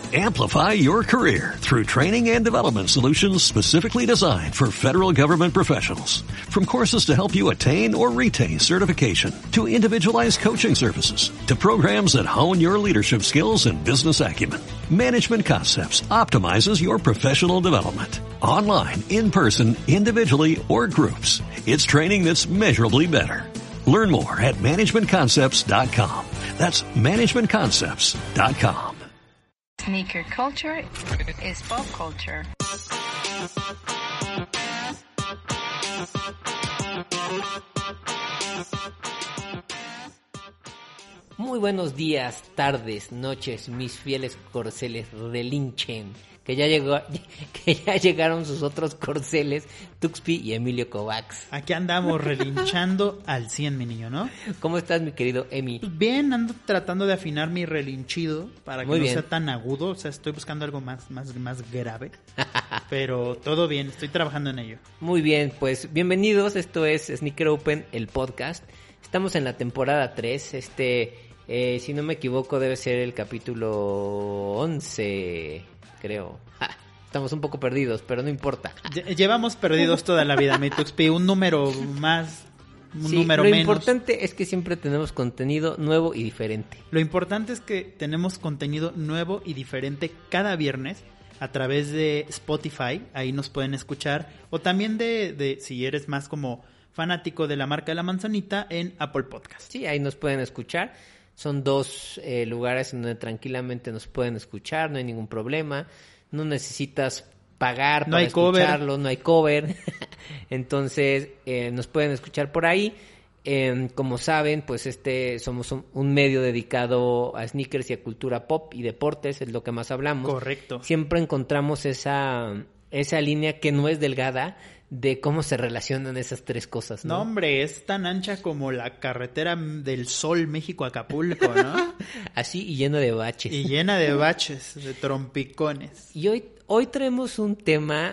Amplify your career through training and development solutions specifically designed for federal government professionals. From courses to help you attain or retain certification, to individualized coaching services, to programs that hone your leadership skills and business acumen, Management Concepts optimizes your professional development. Online, in person, individually, or groups, it's training that's measurably better. Learn more at managementconcepts.com. That's managementconcepts.com. Sneaker culture is pop culture. Muy buenos días, tardes, noches, mis fieles corceles relinchen. Que ya llegaron sus otros corceles, Tuxpi y Emilio Kovacs. Aquí andamos relinchando al 100, mi niño, ¿no? ¿Cómo estás, mi querido Emi? Bien, ando tratando de afinar mi relinchido para que Muy no bien. sea tan agudo. O sea, estoy buscando algo más grave. Pero todo bien, estoy trabajando en ello. Muy bien, pues bienvenidos. Esto es Sneaker Open, el podcast. Estamos en la temporada 3. Si no me equivoco, debe ser el capítulo 11... creo. Estamos un poco perdidos, pero no importa. Llevamos perdidos toda la vida, mi Tuxpi. Un número más, un sí, número lo menos. Lo importante es que siempre tenemos contenido nuevo y diferente. Lo importante es que tenemos contenido nuevo y diferente cada viernes a través de Spotify. Ahí nos pueden escuchar. O también de si eres más como fanático de la marca de la manzanita, en Apple Podcast. Sí, ahí nos pueden escuchar. Son dos lugares en donde tranquilamente nos pueden escuchar, no hay ningún problema. No necesitas pagar para escucharlo, no hay cover. Entonces, nos pueden escuchar por ahí. Como saben, pues somos un medio dedicado a sneakers y a cultura pop y deportes, es lo que más hablamos. Correcto. Siempre encontramos esa línea que no es delgada de cómo se relacionan esas tres cosas, ¿no? No, hombre, es tan ancha como la carretera del Sol México-Acapulco, ¿no? Así, y lleno de baches. Y llena de baches, de trompicones. Y hoy traemos un tema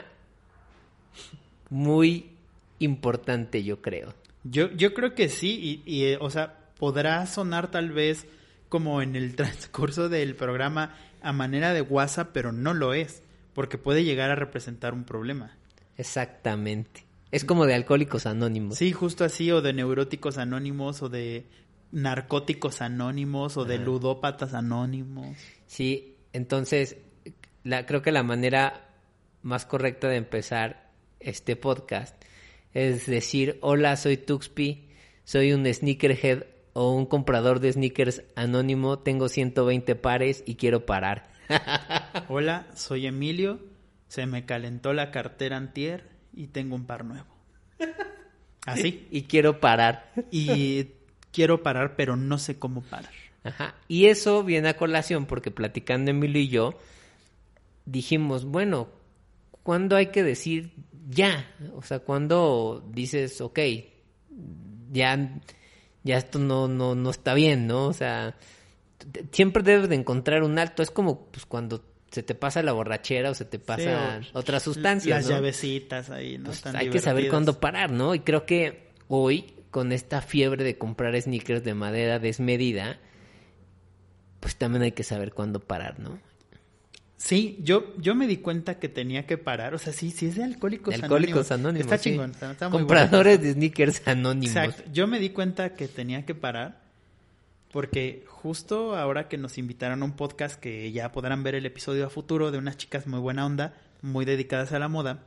muy importante, yo creo. Yo creo que sí, o sea, podrá sonar tal vez como en el transcurso del programa a manera de WhatsApp, pero no lo es, porque puede llegar a representar un problema. Exactamente. Es como de Alcohólicos Anónimos. Sí, justo así, o de Neuróticos Anónimos, o de Narcóticos Anónimos, o de Ludópatas Anónimos. Sí, entonces creo que la manera más correcta de empezar este podcast es decir: hola, soy Tuxpi, soy un sneakerhead o un comprador de sneakers anónimo, tengo 120 pares y quiero parar. Hola, soy Emilio, se me calentó la cartera antier y tengo un par nuevo. Así. Y quiero parar. Y quiero parar, pero no sé cómo parar. Ajá. Y eso viene a colación porque platicando Emilio y yo dijimos, bueno, ¿cuándo hay que decir ya? O sea, ¿cuándo dices, ok, ya esto no está bien, ¿no? O sea, siempre debes de encontrar un alto. Es como pues cuando se te pasa la borrachera o se te pasan otras sustancias, las ¿no? llavecitas ahí, ¿no? Pues Están hay que saber divertidas. cuándo parar, ¿no? Y creo que hoy, con esta fiebre de comprar sneakers de manera desmedida, pues también hay que saber cuándo parar, ¿no? Sí, yo me di cuenta que tenía que parar. O sea, sí es de Alcohólicos Anónimos. Está sí. chingón, está muy Compradores bueno. de sneakers anónimos. Exacto. Yo me di cuenta que tenía que parar porque justo ahora que nos invitaron a un podcast que ya podrán ver el episodio a futuro de unas chicas muy buena onda, muy dedicadas a la moda,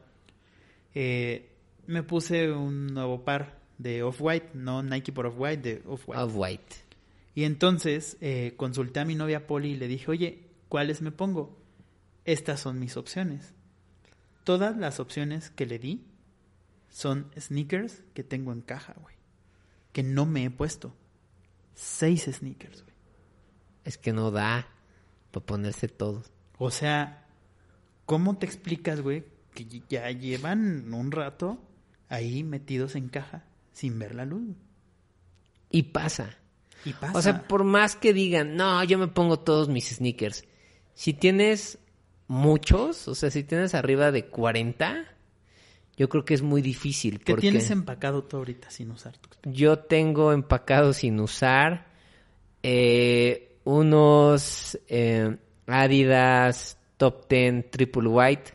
me puse un nuevo par de Off-White, no Nike por Off-White, de Off-White. Off-White. Y entonces consulté a mi novia Poli y le dije, oye, ¿cuáles me pongo? Estas son mis opciones. Todas las opciones que le di son sneakers que tengo en caja, güey. Que no me he puesto. 6 sneakers, güey. Es que no da para ponerse todos. O sea, ¿cómo te explicas, güey, que ya llevan un rato ahí metidos en caja sin ver la luz? Y pasa. Y pasa. O sea, por más que digan, no, yo me pongo todos mis sneakers. Si tienes muchos, o sea, si tienes arriba de 40, yo creo que es muy difícil. ¿Qué porque tienes empacado tú ahorita sin usar? yo tengo empacado sin usar unos Adidas Top 10 Triple White.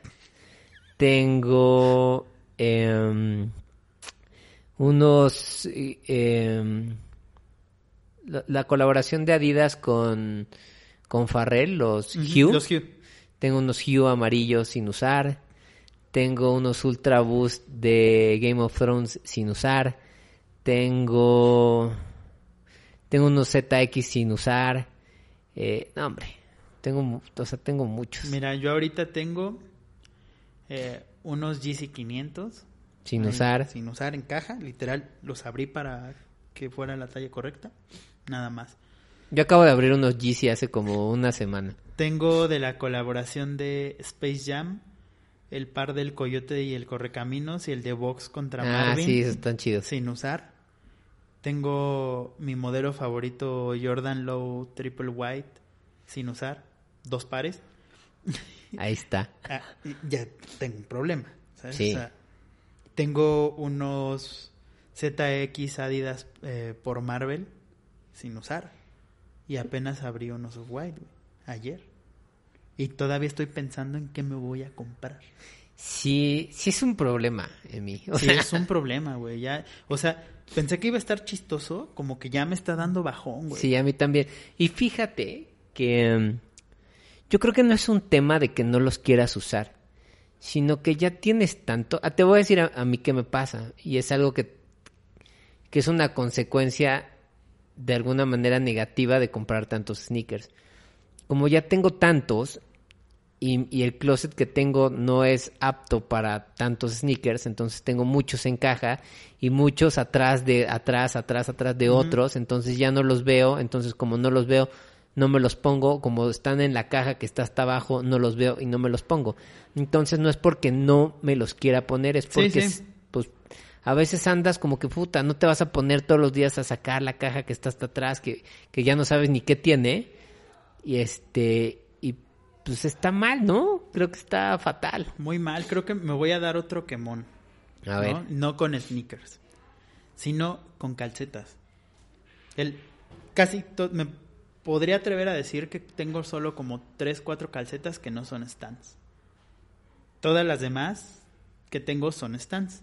Tengo unos... la colaboración de Adidas con Farrell, los Hue. Los Hue. Tengo unos Hue amarillos sin usar. Tengo unos Ultra Boost de Game of Thrones sin usar. Tengo unos ZX sin usar. No, hombre. Tengo muchos. Mira, yo ahorita tengo unos GC 500. Sin usar. Sin usar en caja. Literal, los abrí para que fuera la talla correcta. Nada más. Yo acabo de abrir unos GC hace como una semana. Tengo de la colaboración de Space Jam el par del Coyote y el Correcaminos y el de Box contra Marvin. Sí, esos están chidos. Sin usar. Tengo mi modelo favorito Jordan Low Triple White sin usar. 2 pares. Ahí está. Ya tengo un problema, ¿sabes? Sí. O sea, tengo unos ZX Adidas por Marvel sin usar. Y apenas abrí unos Off-White, güey, ayer. Y todavía estoy pensando en qué me voy a comprar. Sí es un problema en mí. Sí, es un problema, güey. Ya, o sea, pensé que iba a estar chistoso, como que ya me está dando bajón, güey. Sí, a mí también. Y fíjate que yo creo que no es un tema de que no los quieras usar, sino que ya tienes tanto... te voy a decir a mí qué me pasa, y es algo que es una consecuencia de alguna manera negativa de comprar tantos sneakers. Como ya tengo tantos y el closet que tengo no es apto para tantos sneakers, entonces tengo muchos en caja y muchos atrás de otros, entonces ya no los veo, entonces como no los veo, no me los pongo, como están en la caja que está hasta abajo, no los veo y no me los pongo. Entonces no es porque no me los quiera poner, es porque pues a veces andas como que puta, no te vas a poner todos los días a sacar la caja que está hasta atrás, que ya no sabes ni qué tiene, y pues está mal, ¿no? Creo que está fatal. Muy mal, creo que me voy a dar otro quemón. A ver. No con sneakers, sino con calcetas. Me podría atrever a decir que tengo solo como 3-4 calcetas que no son stands. Todas las demás que tengo son stands.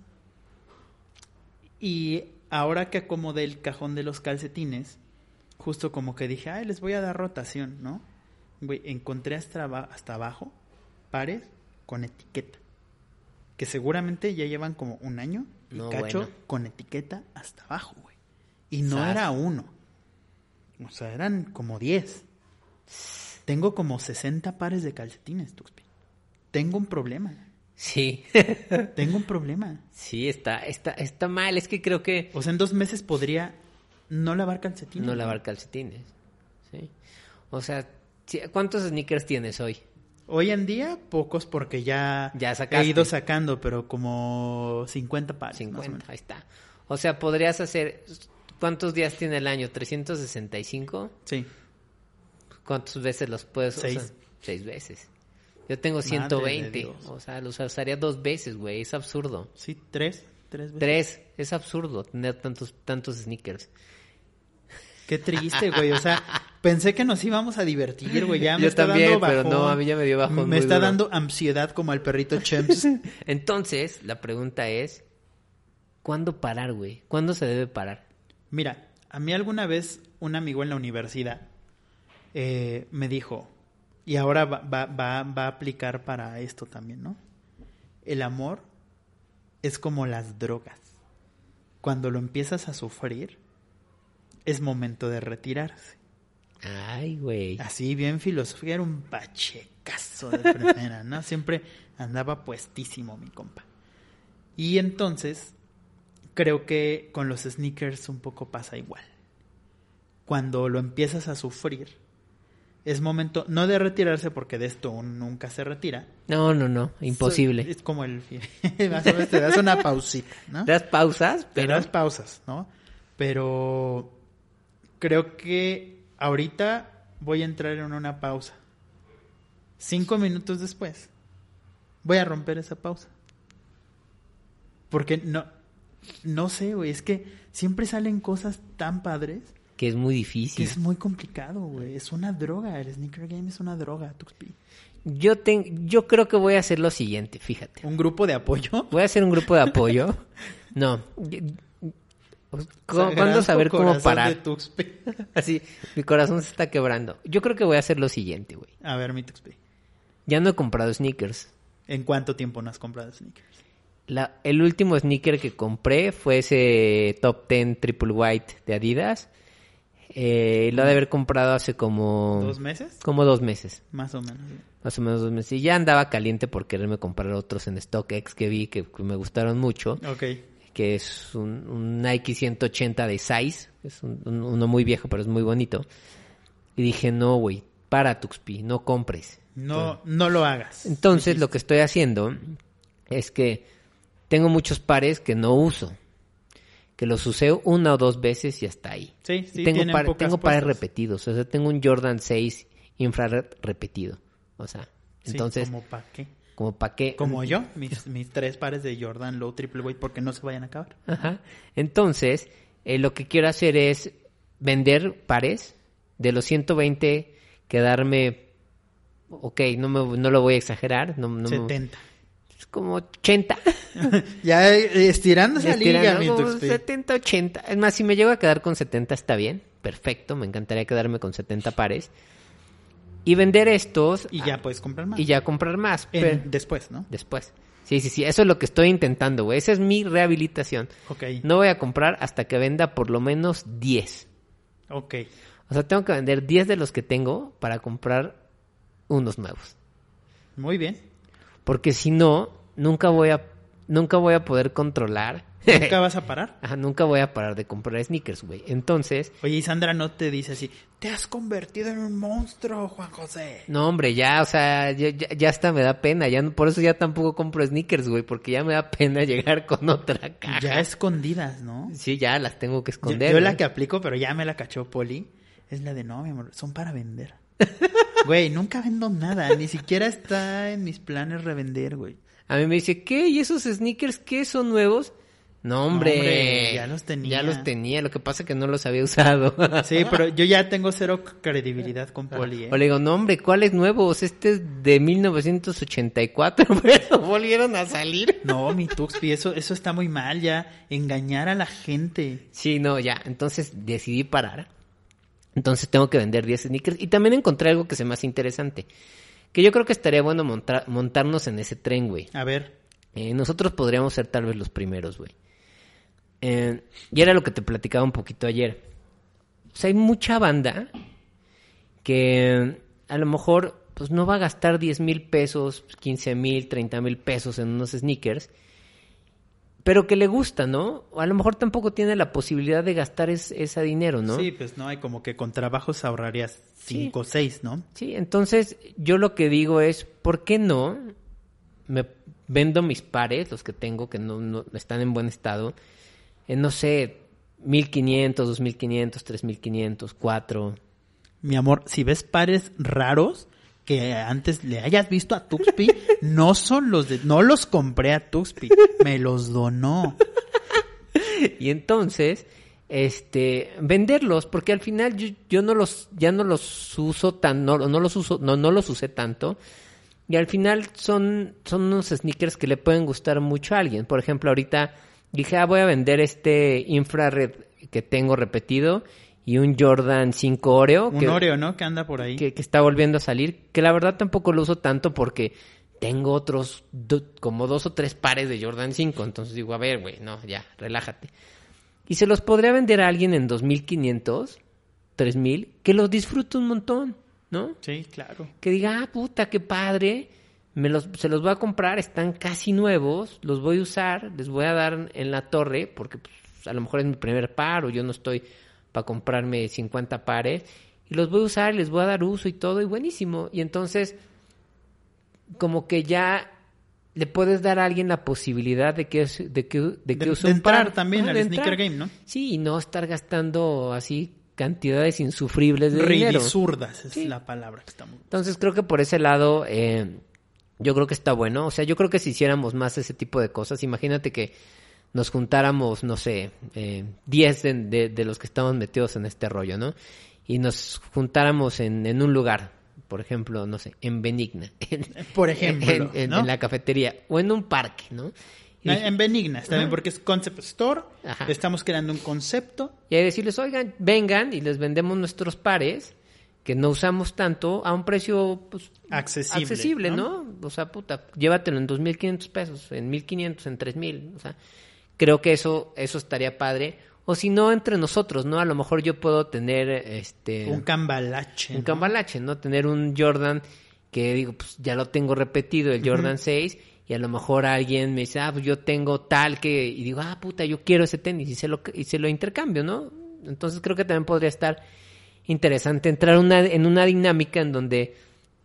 Y ahora que acomodé el cajón de los calcetines, justo como que dije, les voy a dar rotación, ¿no? Güey, encontré hasta abajo pares con etiqueta. Que seguramente ya llevan como un año y con etiqueta hasta abajo, güey. Y no era uno. O sea, eran como 10. Tengo como 60 pares de calcetines, Tuxpi. Tengo un problema. Sí. Tengo un problema. Sí, está mal. Es que creo que... O sea, en 2 meses podría no lavar calcetines. No lavar calcetines. Sí. O sea, ¿cuántos sneakers tienes hoy? Hoy en día, pocos porque ya sacaste. He ido sacando, pero como 50 pares. 50, ahí está. O sea, podrías hacer... ¿Cuántos días tiene el año? ¿365? Sí. ¿Cuántas veces los puedes usar? 6. 6 veces. Yo tengo 120. O sea, los usaría 2 veces, güey. Es absurdo. Sí, 3 veces. 3. Es absurdo tener tantos sneakers. Qué triste, güey. O sea, pensé que nos íbamos a divertir, güey. Ya me Yo está también, dando bajón. pero no, a mí ya me dio bajón. Me está dando ansiedad como al perrito Chems. Entonces, la pregunta es, ¿cuándo parar, güey? ¿Cuándo se debe parar? Mira, a mí alguna vez un amigo en la universidad me dijo, y ahora va a aplicar para esto también, ¿no? El amor es como las drogas. Cuando lo empiezas a sufrir, es momento de retirarse. Ay, güey. Así bien filosofía, era un pachecazo de primera, ¿no? Siempre andaba puestísimo mi compa. Y entonces, creo que con los sneakers un poco pasa igual. Cuando lo empiezas a sufrir, es momento, no de retirarse, porque de esto uno nunca se retira. No, imposible. Es como más o menos te das una pausita, ¿no? Das pausas, Te das pausas, ¿no? Pero creo que ahorita voy a entrar en una pausa. 5 minutos después voy a romper esa pausa. Porque no sé, güey, es que siempre salen cosas tan padres que es muy Que difícil. es muy complicado, güey. Es una droga. El sneaker game es una droga, Tuxpi. Yo creo que voy a hacer lo siguiente, fíjate. ¿Un grupo de apoyo? Voy a hacer un grupo de apoyo. No. ¿Cuándo Sagrado saber cómo corazón parar? de Tuxpi. Así, mi corazón se está quebrando. Yo creo que voy a hacer lo siguiente, güey. A ver, mi Tuxpi. Ya no he comprado sneakers. ¿En cuánto tiempo no has comprado sneakers? El último sneaker que compré fue ese Top 10 Triple White de Adidas. Lo he de haber comprado hace como... ¿2 meses? Como 2 meses. Más o menos. Sí. Más o menos 2 meses. Y ya andaba caliente por quererme comprar otros en StockX que vi que me gustaron mucho. Ok. Que es un Nike 180 de size. Es uno muy viejo, pero es muy bonito. Y dije, no, güey, para Tuxpi, no compres. No lo hagas. Entonces, lo que estoy haciendo es que tengo muchos pares que no uso. Que los usé 1 o 2 veces y hasta ahí. Sí, Y tengo tienen pocas tengo pares puestas. repetidos. O sea, tengo un Jordan 6 infrared repetido. O sea, Sí, entonces, ¿como para qué? como para qué. Como yo, mis 3 pares de Jordan Low Triple Weight porque no se vayan a acabar. Ajá. Entonces, lo que quiero hacer es vender pares de los 120, quedarme, ok, no lo voy a exagerar, no 70. es como 80. Ya estirando esa liga, Estirando, mi como Tuxpi. 70, 80. Es más, si me llego a quedar con 70 está bien, perfecto, me encantaría quedarme con 70 pares. Y vender estos. Y ya puedes comprar más. Y ya comprar más. Después, ¿no? Después. Sí, eso es lo que estoy intentando, güey. Esa es mi rehabilitación. Ok. No voy a comprar hasta que venda por lo menos 10. Ok. O sea, tengo que vender 10 de los que tengo para comprar unos nuevos. Muy bien. Porque si no, nunca voy a poder controlar. ¿Nunca vas a parar? Ajá, nunca voy a parar de comprar sneakers, güey. Entonces, Oye, y Sandra no te dice así, te has convertido en un monstruo, Juan José. no, hombre, ya, o sea, ya hasta me da pena. Por eso ya tampoco compro sneakers, güey, porque ya me da pena llegar con otra caja. Ya escondidas, ¿no? Sí, ya las tengo que Yo esconder. la ¿no? que aplico, pero ya me la cachó Poli, es la de no, mi amor, son para vender. Güey, nunca vendo nada, ni siquiera está en mis planes revender, güey. A mí me dice, ¿qué? ¿Y esos sneakers qué? ¿Son nuevos? No, hombre. No, hombre, ya los tenía. Ya los tenía, lo que pasa es que no los había usado. Sí, pero yo ya tengo 0 credibilidad con Poli, O le digo, no, hombre, ¿cuáles nuevos? Este es de 1984, pero volvieron a salir. No, mi Tuxpi, eso está muy mal ya, engañar a la gente. Sí, no, ya. Entonces decidí parar. Entonces tengo que vender 10 sneakers. Y también encontré algo que se me hace interesante. Que yo creo que estaría bueno montarnos en ese tren, güey. A ver, Nosotros podríamos ser tal vez los primeros, güey. Y era lo que te platicaba un poquito ayer. O sea, hay mucha banda que a lo mejor pues no va a gastar 10,000 pesos, 15,000, 30,000 pesos en unos sneakers, pero que le gusta, ¿no? O a lo mejor tampoco tiene la posibilidad de gastar ese dinero, ¿no? sí, pues no, hay como que con trabajos ahorrarías 5 o 6, ¿no? Sí, entonces yo lo que digo es, ¿por qué no me vendo mis pares, los que tengo, que no están en buen estado, en, no sé, 1,500, 2,500, 3,500, 4... Mi amor, si ves pares raros que antes le hayas visto a Tuxpi, no los compré a Tuxpi, me los donó. Y entonces, venderlos, porque al final yo ya no los uso no los usé tanto. Y al final son unos sneakers que le pueden gustar mucho a alguien. Por ejemplo, ahorita dije, voy a vender este infrared que tengo repetido y un Jordan 5 Oreo. Un Oreo, ¿no? Que anda por ahí. Que está volviendo a salir. Que la verdad tampoco lo uso tanto porque tengo otros como 2 o 3 pares de Jordan 5. Entonces digo, a ver, güey, no, ya, relájate. Y se los podría vender a alguien en 2,500, 3,000, que los disfrute un montón, ¿no? Sí, claro. Que diga, puta, qué padre, se los voy a comprar, están casi nuevos, los voy a usar, les voy a dar en la torre, porque pues, a lo mejor es mi primer par o yo no estoy para comprarme 50 pares, y los voy a usar, les voy a dar uso y todo, y buenísimo. Y entonces, como que ya le puedes dar a alguien la posibilidad de que use un entrar par. también al de sneaker entrar. game, ¿no? Sí, y no estar gastando así cantidades insufribles de dinero. Ridizurdas es Sí. la palabra que estamos. Entonces creo que por ese lado yo creo que está bueno. O sea, yo creo que si hiciéramos más ese tipo de cosas, imagínate que nos juntáramos, no sé, 10 de los que estamos metidos en este rollo, ¿no? Y nos juntáramos en un lugar, por ejemplo, no sé, en Benigna. Por ejemplo, ¿no? En la cafetería o en un parque, ¿no? En Benigna, está bien, porque es Concept Store, Ajá. estamos creando un concepto. Y ahí decirles, oigan, vengan y les vendemos nuestros pares que no usamos tanto a un precio pues, accesible, ¿no? O sea, puta, llévatelo en 2,500 pesos, en 1,500, en 3,000, o sea, creo que eso estaría padre. O si no, entre nosotros, ¿no? A lo mejor yo puedo tener un cambalache. Un cambalache, ¿no? Tener un Jordan que digo, pues ya lo tengo repetido, el Jordan 6, y a lo mejor alguien me dice, pues yo tengo tal que... Y digo, puta, yo quiero ese tenis, y se lo intercambio, ¿no? Entonces creo que también podría estar interesante entrar en una dinámica en donde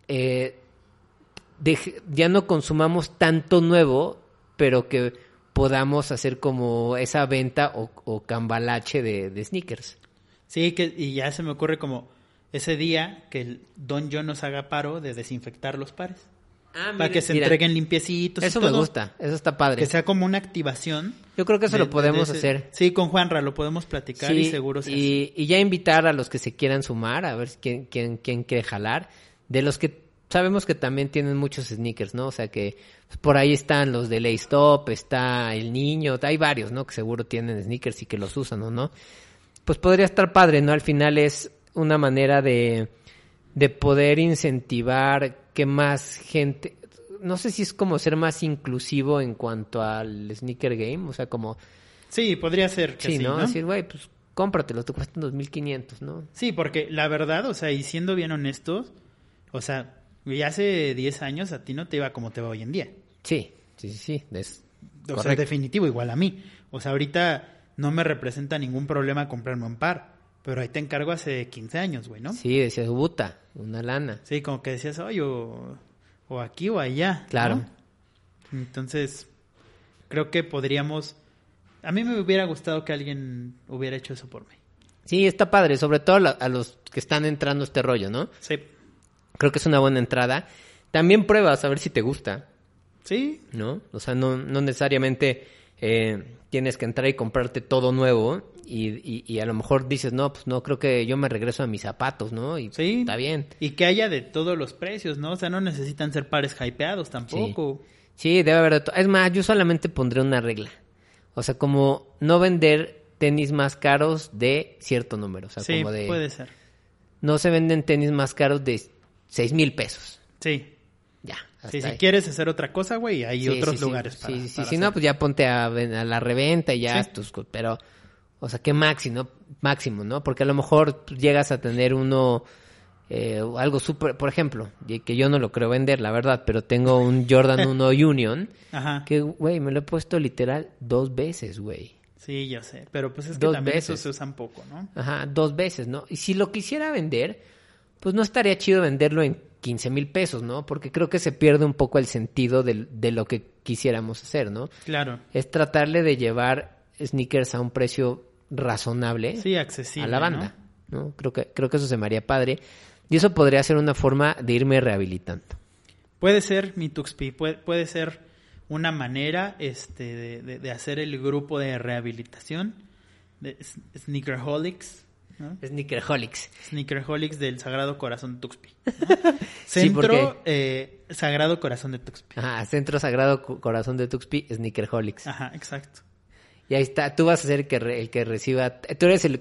ya no consumamos tanto nuevo, pero que podamos hacer como esa venta o cambalache de sneakers. Sí, y ya se me ocurre como ese día que el Don John nos haga paro de desinfectar los pares. Para que se entreguen limpiecitos. Eso y todo. Me gusta, eso está padre. Que sea como una activación. Yo creo que eso lo podemos hacer. Sí, con Juanra lo podemos platicar y seguro se hace. Y ya invitar a los que se quieran sumar, a ver quién quiere jalar. De los que sabemos que también tienen muchos sneakers, ¿no? O sea que por ahí están los de Lace Top, está el niño, hay varios, ¿no? Que seguro tienen sneakers y que los usan, ¿o no? Pues podría estar padre, ¿no? Al final es una manera de poder incentivar que más gente... No sé si es como ser más inclusivo en cuanto al sneaker game, o sea, como... Sí, podría ser que sí, ¿no? Decir, güey, pues cómpratelos, te cuestan 2,500, ¿no? Sí, porque la verdad, o sea, y siendo bien honestos, o sea, ya hace 10 años a ti no te iba como te va hoy en día. Sí. O sea, definitivo, igual a mí. O sea, ahorita no me representa ningún problema comprarme un par, pero ahí te encargo hace 15 años, güey, ¿no? Sí, decías, puta, una lana. Sí, como que decías, oye, o aquí o allá. Claro. ¿no? Entonces, creo que podríamos... A mí me hubiera gustado que alguien hubiera hecho eso por mí. Sí, está padre, sobre todo a los que están entrando a este rollo, ¿no? Sí. Creo que es una buena entrada. También pruebas a ver si te gusta. Sí. ¿No? O sea, no necesariamente tienes que entrar y comprarte todo nuevo y a lo mejor dices, no, pues no, creo que yo me regreso a mis zapatos, ¿no? Y sí. Está bien. Y que haya de todos los precios, ¿no? O sea, no necesitan ser pares hypeados tampoco. Sí, debe haber de todo. Es más, yo solamente pondré una regla. O sea, como no vender tenis más caros de cierto número. O sea, sí, como de... puede ser. No se venden tenis más caros de 6,000 pesos. Sí. Ya. Sí, si quieres hacer otra cosa, güey, hay otros lugares para Sí, para si no, pues ya ponte a la reventa y ya. Sí. Pero, o sea, ¿qué máximo, ¿no? Porque a lo mejor llegas a tener uno... algo súper, por ejemplo, que yo no lo creo vender, la verdad, pero tengo un Jordan 1 Union. Ajá. Que, güey, me lo he puesto literal 2 veces, güey. Sí, yo sé, pero pues es que 2 también veces. eso se usan poco, ¿no? Ajá, 2 veces, ¿no? Y si lo quisiera vender, pues no estaría chido venderlo en 15,000 pesos, ¿no? Porque creo que se pierde un poco el sentido de lo que quisiéramos hacer, ¿no? Claro. Es tratarle de llevar sneakers a un precio razonable. Sí, accesible, a la banda, ¿no? Creo que eso se me haría padre. Y eso podría ser una forma de irme rehabilitando. Puede ser, mi Tuxpi, puede ser una manera de hacer el grupo de rehabilitación de Sneakerholics, ¿no? Sneakerholics del Sagrado Corazón de Tuxpi, ¿no? Centro Sagrado Corazón de Tuxpi. Ajá, Centro Sagrado Corazón de Tuxpi, Sneakerholics. Ajá, exacto. Y ahí está, tú vas a ser el que reciba, tú eres el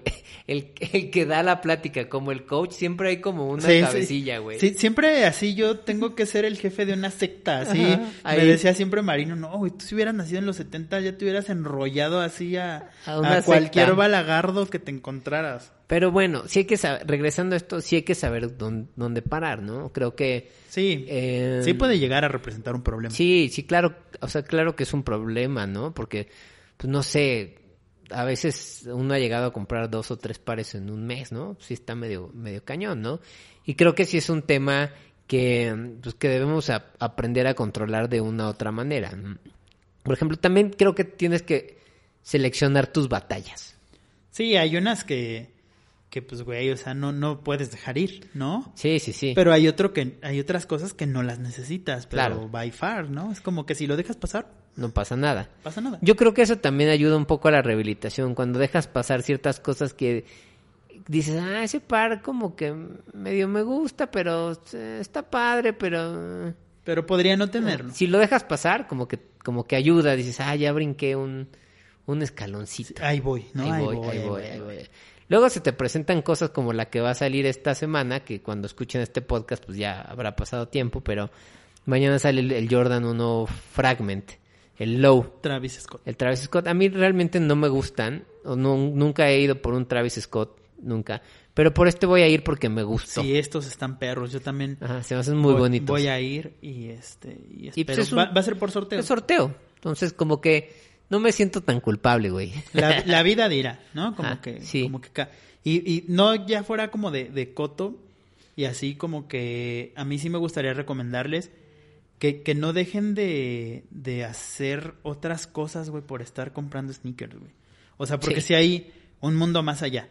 que da la plática, como el coach, siempre hay como una cabecilla, güey. Sí, siempre así yo tengo que ser el jefe de una secta, así. Ajá, me decía siempre Marino, no, güey, tú si hubieras nacido en los 70 ya te hubieras enrollado así a cualquier balagardo que te encontraras. Pero bueno, sí hay que saber, regresando a esto, sí hay que saber dónde parar, ¿no? Creo que... Sí, sí puede llegar a representar un problema. Sí, claro, o sea, claro que es un problema, ¿no? Porque... pues no sé, a veces uno ha llegado a comprar 2 o 3 pares en un mes, ¿no? Sí está medio cañón, ¿no? Y creo que sí es un tema que debemos aprender a controlar de una u otra manera. Por ejemplo, también creo que tienes que seleccionar tus batallas. Sí, hay unas que pues, güey, o sea, no puedes dejar ir, ¿no? Sí. Pero hay otras cosas que no las necesitas, pero claro. by far, ¿no? Es como que si lo dejas pasar, no pasa nada. Pasa nada. Yo creo que eso también ayuda un poco a la rehabilitación, cuando dejas pasar ciertas cosas que dices, ese par como que medio me gusta, pero está padre, pero... Pero podría no tenerlo. Si lo dejas pasar, como que ayuda, dices, ya brinqué un escaloncito. Ahí voy, ¿no? Ahí voy. Luego se te presentan cosas como la que va a salir esta semana, que cuando escuchen este podcast pues ya habrá pasado tiempo, pero mañana sale el Jordan 1 Fragment, el Low. Travis Scott. El Travis Scott. A mí realmente no me gustan, o nunca he ido por un Travis Scott, nunca. Pero por este voy a ir porque me gustó. Sí, estos están perros, yo también. Ajá, se me hacen muy bonitos. Voy a ir y espero. Pues va a ser por sorteo. Es sorteo. Entonces como que no me siento tan culpable, güey. La vida dirá, ¿no? Sí. Como que y no ya fuera como de coto, y así como que a mí sí me gustaría recomendarles que no dejen de hacer otras cosas, güey, por estar comprando sneakers, güey. O sea, porque si hay un mundo más allá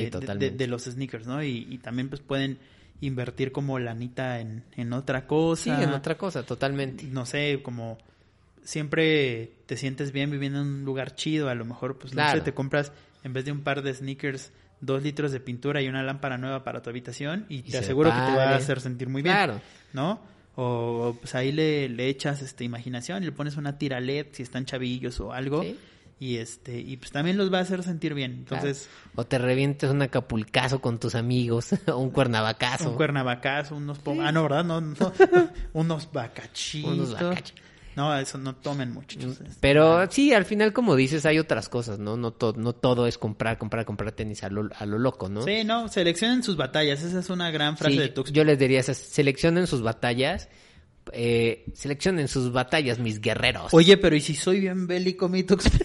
de los sneakers, ¿no? Y también pues pueden invertir como lanita en otra cosa. Sí, en otra cosa, totalmente. No sé, como siempre te sientes bien viviendo en un lugar chido, a lo mejor pues no sé, te compras en vez de un par de sneakers 2 litros de pintura y una lámpara nueva para tu habitación y te aseguro que te va a hacer sentir muy bien, ¿no? O pues ahí le echas imaginación y le pones una tira LED si están chavillos o algo. ¿Sí? Y pues también los va a hacer sentir bien. Entonces, o te revientes un acapulcazo con tus amigos, o un cuernavacazo. Unos no, ¿verdad? No, unos bacachitos. No, eso no tomen, muchachos. Pero sí, al final, como dices, hay otras cosas, ¿no? No todo es comprar tenis a lo loco, ¿no? Sí, no, seleccionen sus batallas. Esa es una gran frase de Tuxpan. Yo les diría esas, seleccionen sus batallas. Seleccionen sus batallas, mis guerreros. Oye, pero ¿y si soy bien bélico, mi Tuxpan?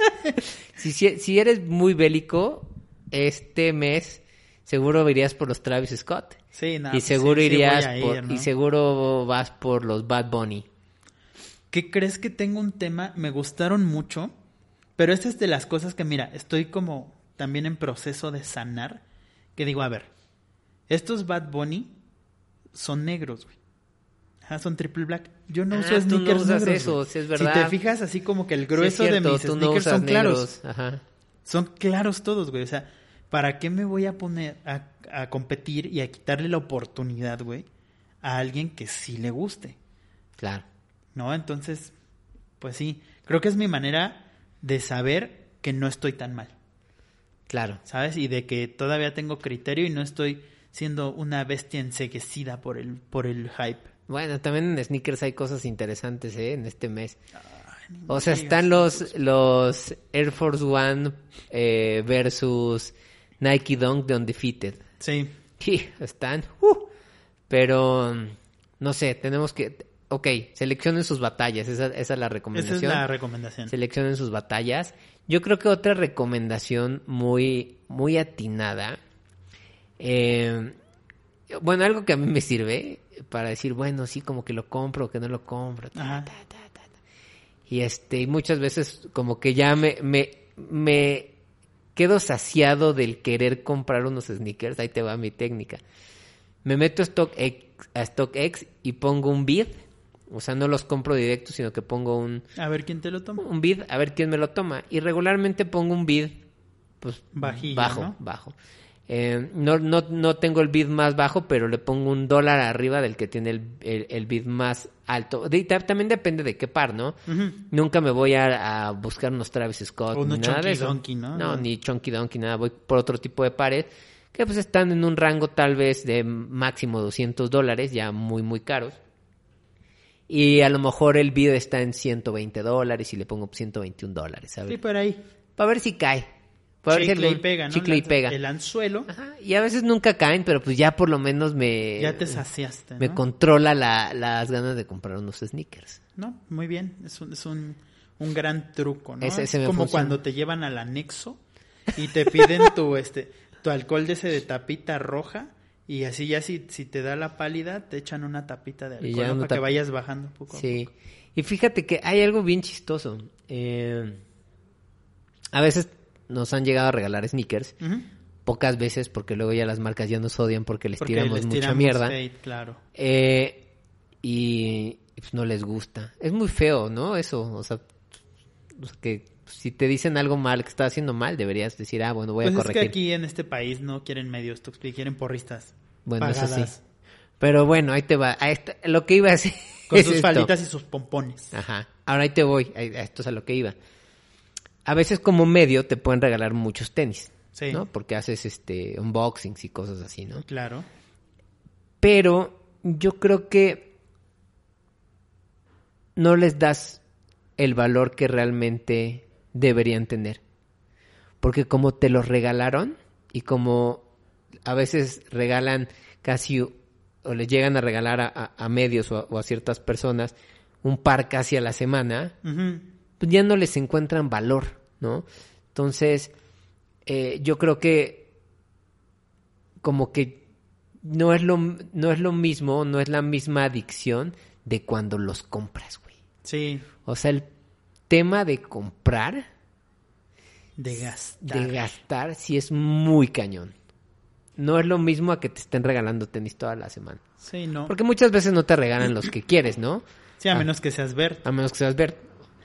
Si eres muy bélico, este mes seguro irías por los Travis Scott. Sí, nada. Y seguro irías ¿no? Y seguro vas por los Bad Bunny. ¿Qué crees que tengo un tema? Me gustaron mucho, pero esta es de las cosas que, mira, estoy como también en proceso de sanar, que digo, a ver, estos Bad Bunny son negros, güey. Son triple black. Yo no uso sneakers tú no usas negros, eso, sí, es verdad. Si te fijas, así como que el grueso de mis sneakers son claros. Ajá. Son claros todos, güey. O sea, ¿para qué me voy a poner a competir y a quitarle la oportunidad, güey, a alguien que sí le guste? Claro. ¿No? Entonces, pues sí. Creo que es mi manera de saber que no estoy tan mal. Claro. ¿Sabes? Y de que todavía tengo criterio y no estoy siendo una bestia enceguecida por el hype. Bueno, también en sneakers hay cosas interesantes, en este mes. O sea, están los Air Force One versus Nike Dunk de Undefeated. Sí. Sí, están. Pero, no sé, tenemos que... Ok, seleccionen sus batallas, esa es la recomendación. Esa es la recomendación. Seleccionen sus batallas. Yo creo que otra recomendación muy, muy atinada... bueno, algo que a mí me sirve para decir, bueno, sí, como que lo compro o que no lo compro. Y muchas veces como que ya me quedo saciado del querer comprar unos sneakers. Ahí te va mi técnica. Me meto a StockX y pongo un bid. O sea, no los compro directo, sino que pongo a ver quién te lo toma. Un bid, a ver quién me lo toma. Y regularmente pongo un bid, pues, bajillo, bajo. No tengo el bid más bajo, pero le pongo $1 arriba del que tiene el bid más alto. También depende de qué par, ¿no? Uh-huh. Nunca me voy a buscar unos Travis Scott o ni nada de eso. Donkey, ¿no? No, ni Chunky Donkey, nada. Voy por otro tipo de pares que pues están en un rango tal vez de máximo $200, ya muy, muy caros. Y a lo mejor el bid está en $120 y le pongo $121, ¿sabes? Sí, por ahí. Para ver si cae. Chicle y pega, ¿no? Chicle y pega. El anzuelo. Ajá. Y a veces nunca caen, pero pues ya por lo menos ya te saciaste, ¿no? Me controla las ganas de comprar unos sneakers. No, muy bien. Es un gran truco, ¿no? Ese es como cuando te llevan al anexo y te piden tu alcohol de tapita roja y así ya si te da la pálida te echan una tapita de alcohol para que vayas bajando poco a poco. Y fíjate que hay algo bien chistoso. A veces nos han llegado a regalar sneakers, uh-huh. Pocas veces porque luego ya las marcas ya nos odian porque les tiramos mucha mierda. Hate, claro. Y y pues no les gusta. Es muy feo, ¿no? Eso, o sea, que si te dicen algo mal, que estás haciendo mal, deberías decir, bueno, voy a corregir. Pues es que aquí en este país no quieren medios, quieren porristas. Bueno, pagadas. Eso sí. Pero bueno, ahí te va. Lo que iba a decir con es sus esto. falditas y sus pompones. Ajá. Ahora ahí te voy. Esto es a lo que iba. A veces como medio te pueden regalar muchos tenis, Sí. ¿no? Porque haces unboxings y cosas así, ¿no? Claro. Pero yo creo que no les das el valor que realmente deberían tener. Porque como te los regalaron y como a veces regalan casi o les llegan a regalar a medios o a ciertas personas un par casi a la semana, Uh-huh. pues ya no les encuentran valor, ¿no? Entonces, yo creo que como que no es lo mismo, no es la misma adicción de cuando los compras, güey. Sí. O sea, el tema de comprar, De gastar. de gastar, sí es muy cañón. No es lo mismo a que te estén regalando tenis toda la semana. Sí, no. Porque muchas veces no te regalan los que quieres, ¿no? Sí, a menos que seas Bert. A menos que seas Bert.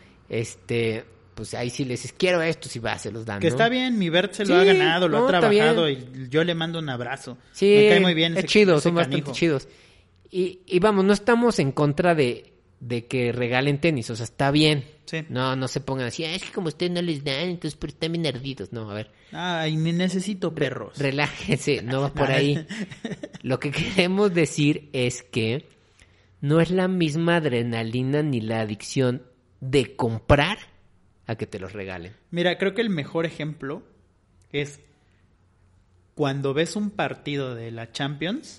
Pues ahí sí le dices, quiero esto, si va, se los dan, Que ¿no? está bien, mi Bert se lo Sí, ha ganado, lo no, ha está trabajado y yo le mando un abrazo. Sí, me cae muy bien es ese, chido, ese son canijo. bastante chidos. Y vamos, no estamos en contra de que regalen tenis, o sea, está bien. Sí. No se pongan así, es que como ustedes no les dan, entonces pero están bien ardidos. No, a ver, Ay, me necesito perros. relájense, no va por ahí. Lo que queremos decir es que no es la misma adrenalina ni la adicción de comprar a que te los regalen. Mira, creo que el mejor ejemplo es cuando ves un partido de la Champions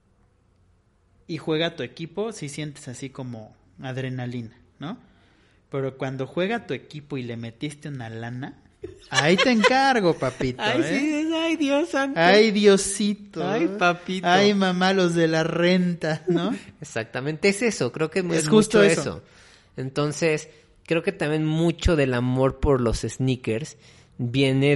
y juega tu equipo, sí sientes así como adrenalina, ¿no? Pero cuando juega tu equipo y le metiste una lana, ahí te encargo, papito, ay, Dios santo. Ay, Diosito. Ay, papito. Ay, mamá, los de la renta, ¿no? Exactamente, es eso, creo que Es es justo mucho eso. eso. Entonces, creo que también mucho del amor por los sneakers viene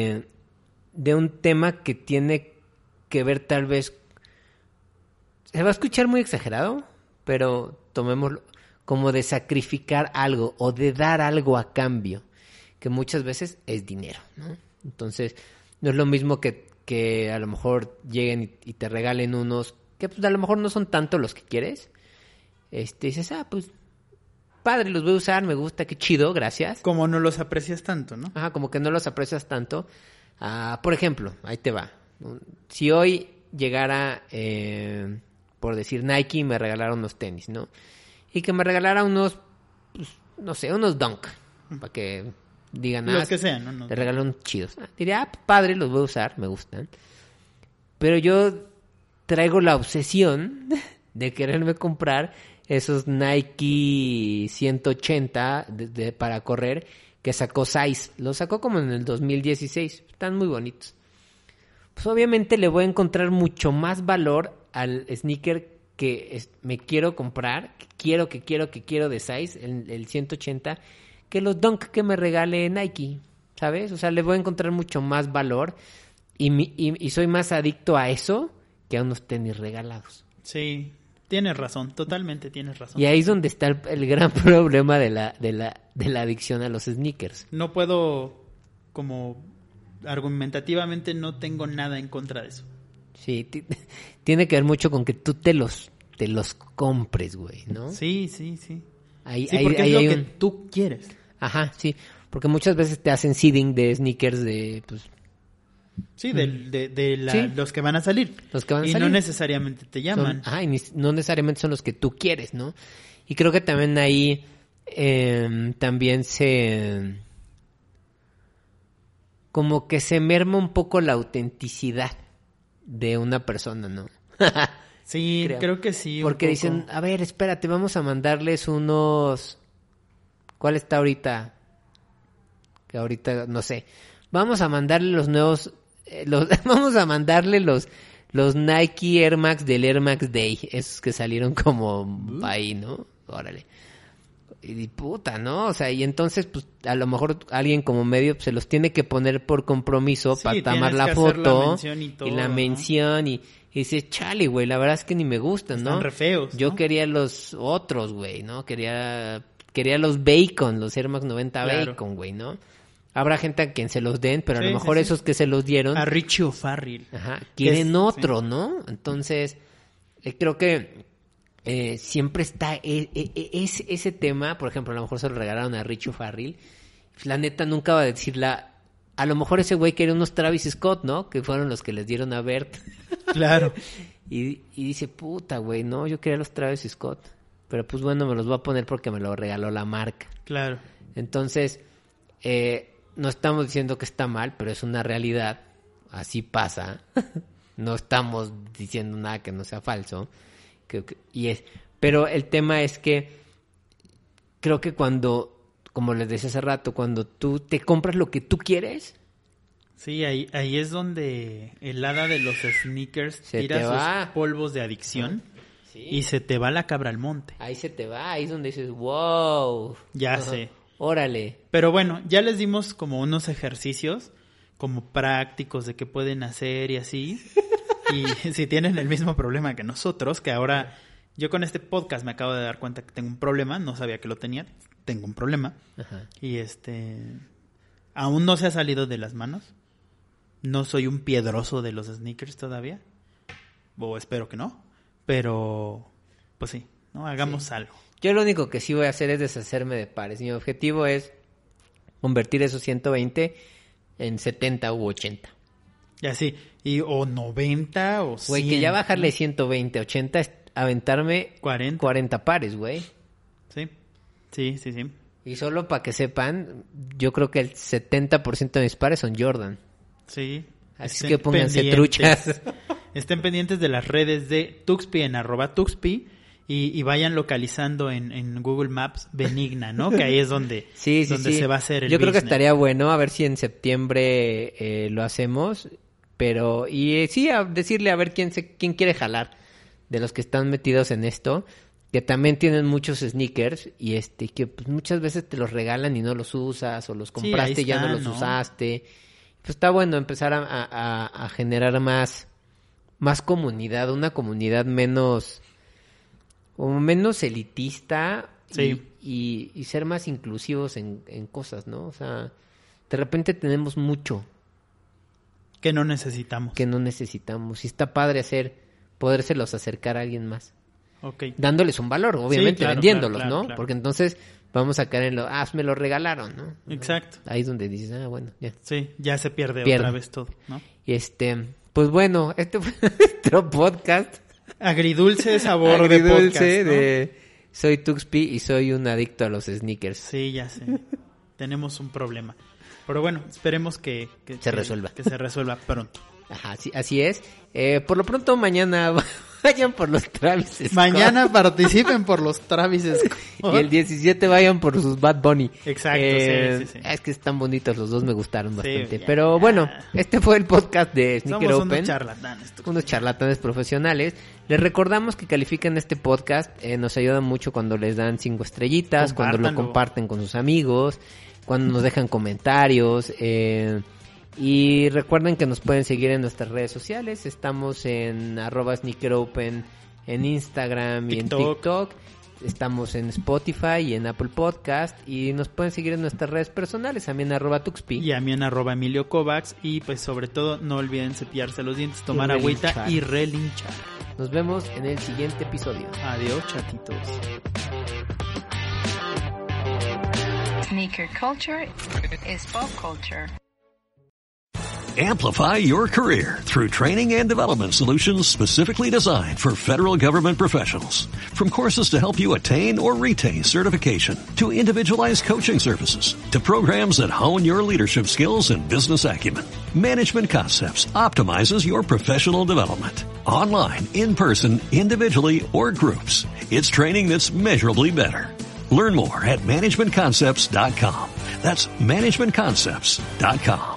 de un tema que tiene que ver tal vez, se va a escuchar muy exagerado, pero tomémoslo como de sacrificar algo o de dar algo a cambio, que muchas veces es dinero, ¿no? Entonces, no es lo mismo que a lo mejor lleguen y te regalen unos que pues a lo mejor no son tanto los que quieres. Dices, pues padre, los voy a usar, me gusta, qué chido, gracias. Como no los aprecias tanto, ¿no? Ajá, como que no los aprecias tanto. Por ejemplo, ahí te va. Si hoy llegara, por decir Nike, y me regalara unos tenis, ¿no? Y que me regalara unos, pues, no sé, unos Dunk, para que digan, Los que sean, ¿no? te regalaron chidos. Diría, padre, los voy a usar, me gustan. Pero yo traigo la obsesión de quererme comprar esos Nike 180 para correr que sacó Size. Los sacó como en el 2016. Están muy bonitos. Pues obviamente le voy a encontrar mucho más valor al sneaker que me quiero comprar, que quiero de Size, el 180, que los Dunk que me regale Nike, ¿sabes? O sea, le voy a encontrar mucho más valor y soy más adicto a eso que a unos tenis regalados. Sí, tienes razón, totalmente tienes razón. Y ahí es donde está el gran problema de la adicción a los sneakers. No puedo, como argumentativamente, no tengo nada en contra de eso. Sí, tiene que ver mucho con que tú te los compres, güey, ¿no? Sí, sí, sí. Ahí, Sí, ahí- porque ahí es hay lo que un... tú quieres. Ajá, sí, porque muchas veces te hacen seeding de sneakers de, pues, Sí, de Sí. los que van a salir. los que van a Y salir. no necesariamente te llaman. Ajá, y no necesariamente son los que tú quieres, ¿no? Y creo que también ahí también como que se merma un poco la autenticidad de una persona, ¿no? Sí, creo que sí. un Porque poco. dicen, a ver, espérate, vamos a mandarles unos... ¿Cuál está ahorita? Que ahorita, no sé. Vamos a mandarle los nuevos... vamos a mandarle los Nike Air Max del Air Max Day. Esos que salieron como ahí, ¿no? Órale. Y puta, ¿no? O sea, y entonces, pues, a lo mejor alguien como medio pues, se los tiene que poner por compromiso Sí, para tomar tienes la que hacer la foto mención y todo, la ¿no? mención y Y dices, chale, güey, la verdad es que ni me gustan, ¿no? Están re feos, Yo ¿no? quería los otros, güey, ¿no? Quería los Bacon, los Air Max 90 Claro. Bacon, güey, ¿no? Habrá gente a quien se los den, pero a Sí, lo mejor sí, sí. esos que se los dieron, A Richie O'Farrell. ajá, quieren Es- otro, ¿no? Entonces, creo que siempre está ese tema. Por ejemplo, a lo mejor se lo regalaron a Richie O'Farrell. La neta nunca va a decir a lo mejor ese güey quería unos Travis Scott, ¿no? Que fueron los que les dieron a Bert. Claro. Y dice, puta, güey, no, yo quería los Travis Scott. Pero pues bueno, me los voy a poner porque me lo regaló la marca. Claro. Entonces, no estamos diciendo que está mal, pero es una realidad. Así pasa. No estamos diciendo nada que no sea falso. Pero el tema es que creo que cuando, como les decía hace rato, cuando tú te compras lo que tú quieres, Sí, ahí es donde el hada de los sneakers Se tira te sus va. polvos de adicción sí, y se te va la cabra al monte. ahí se te va, ahí es donde dices, wow. Ya Ajá, sé. Órale. Pero bueno, ya les dimos como unos ejercicios como prácticos de qué pueden hacer y así. Y si tienen el mismo problema que nosotros, que ahora yo con este podcast me acabo de dar cuenta que tengo un problema, no sabía que lo tenía, tengo un problema. Ajá. Y aún no se ha salido de las manos. No soy un piedroso de los sneakers todavía. O espero que no. Pero, pues sí, ¿no? Hagamos algo. Yo lo único que sí voy a hacer es deshacerme de pares. Mi objetivo es convertir esos 120 en 70 u 80. Y así, o 90 o 100. Güey, que ya bajarle 120, 80 es aventarme 40. 40 pares, güey. Sí, sí, sí, sí. Y solo para que sepan, yo creo que el 70% de mis pares son Jordan. Sí. Así Estén que pónganse pendientes. truchas. Estén pendientes de las redes de Tuxpi en @Tuxpi y vayan localizando en Google Maps Benigna, ¿no? Que ahí es donde, Sí, donde se va a hacer el Yo creo que business. estaría bueno, a ver si en septiembre lo hacemos. Pero, sí, a decirle a ver quién quiere jalar de los que están metidos en esto. Que también tienen muchos sneakers y que pues, muchas veces te los regalan y no los usas, o los compraste y ya no están, los ¿no? usaste. Pues está bueno empezar a generar más comunidad, una comunidad menos elitista. Sí. Y ser más inclusivos en cosas, ¿no? O sea, de repente tenemos mucho Que no necesitamos. que no necesitamos y está padre podérselos acercar a alguien más. Ok. Dándoles un valor, obviamente, claro, vendiéndolos, claro, ¿no? claro. Porque entonces vamos a caer en me lo regalaron, ¿no? Exacto. Ahí es donde dices, bueno, ya. Sí, ya se pierde Pierde. otra vez todo, ¿no? Y pues bueno, este fue nuestro podcast. Agridulce sabor de Agridulce podcast, ¿no? de soy Tuxpi y soy un adicto a los sneakers. Sí, ya sé. Tenemos un problema. Pero bueno, esperemos que Se resuelva. Que se resuelva pronto. Ajá, sí, así es. Por lo pronto mañana vayan por los Travis Scott. Mañana participen por los Travis Scott. Y el 17 vayan por sus Bad Bunny. Exacto, sí. Es que están bonitos los dos, me gustaron bastante. ya, Pero ya. bueno, este fue el podcast de Sneaker Somos Open. unos charlatanes. tú. Unos charlatanes profesionales. Les recordamos que califiquen este podcast. Nos ayuda mucho cuando les dan 5 estrellitas, cuando lo Compártanlo. comparten con sus amigos, cuando nos dejan comentarios. Y recuerden que nos pueden seguir en nuestras redes sociales. Estamos en @SneakerOpen en Instagram y en TikTok. TikTok. Estamos en Spotify y en Apple Podcast. Y nos pueden seguir en nuestras redes personales, también @Tuxpi. Y a mí en @Emilio Kovacs. Y pues sobre todo no olviden cepillarse los dientes, tomar agüita relinchar. y relinchar. Nos vemos en el siguiente episodio. Adiós, chatitos. Sneaker culture is pop culture. Amplify your career through training and development solutions specifically designed for federal government professionals. From courses to help you attain or retain certification, to individualized coaching services, to programs that hone your leadership skills and business acumen, Management Concepts optimizes your professional development. Online, in person, individually, or groups, it's training that's measurably better. Learn more at managementconcepts.com. That's managementconcepts.com.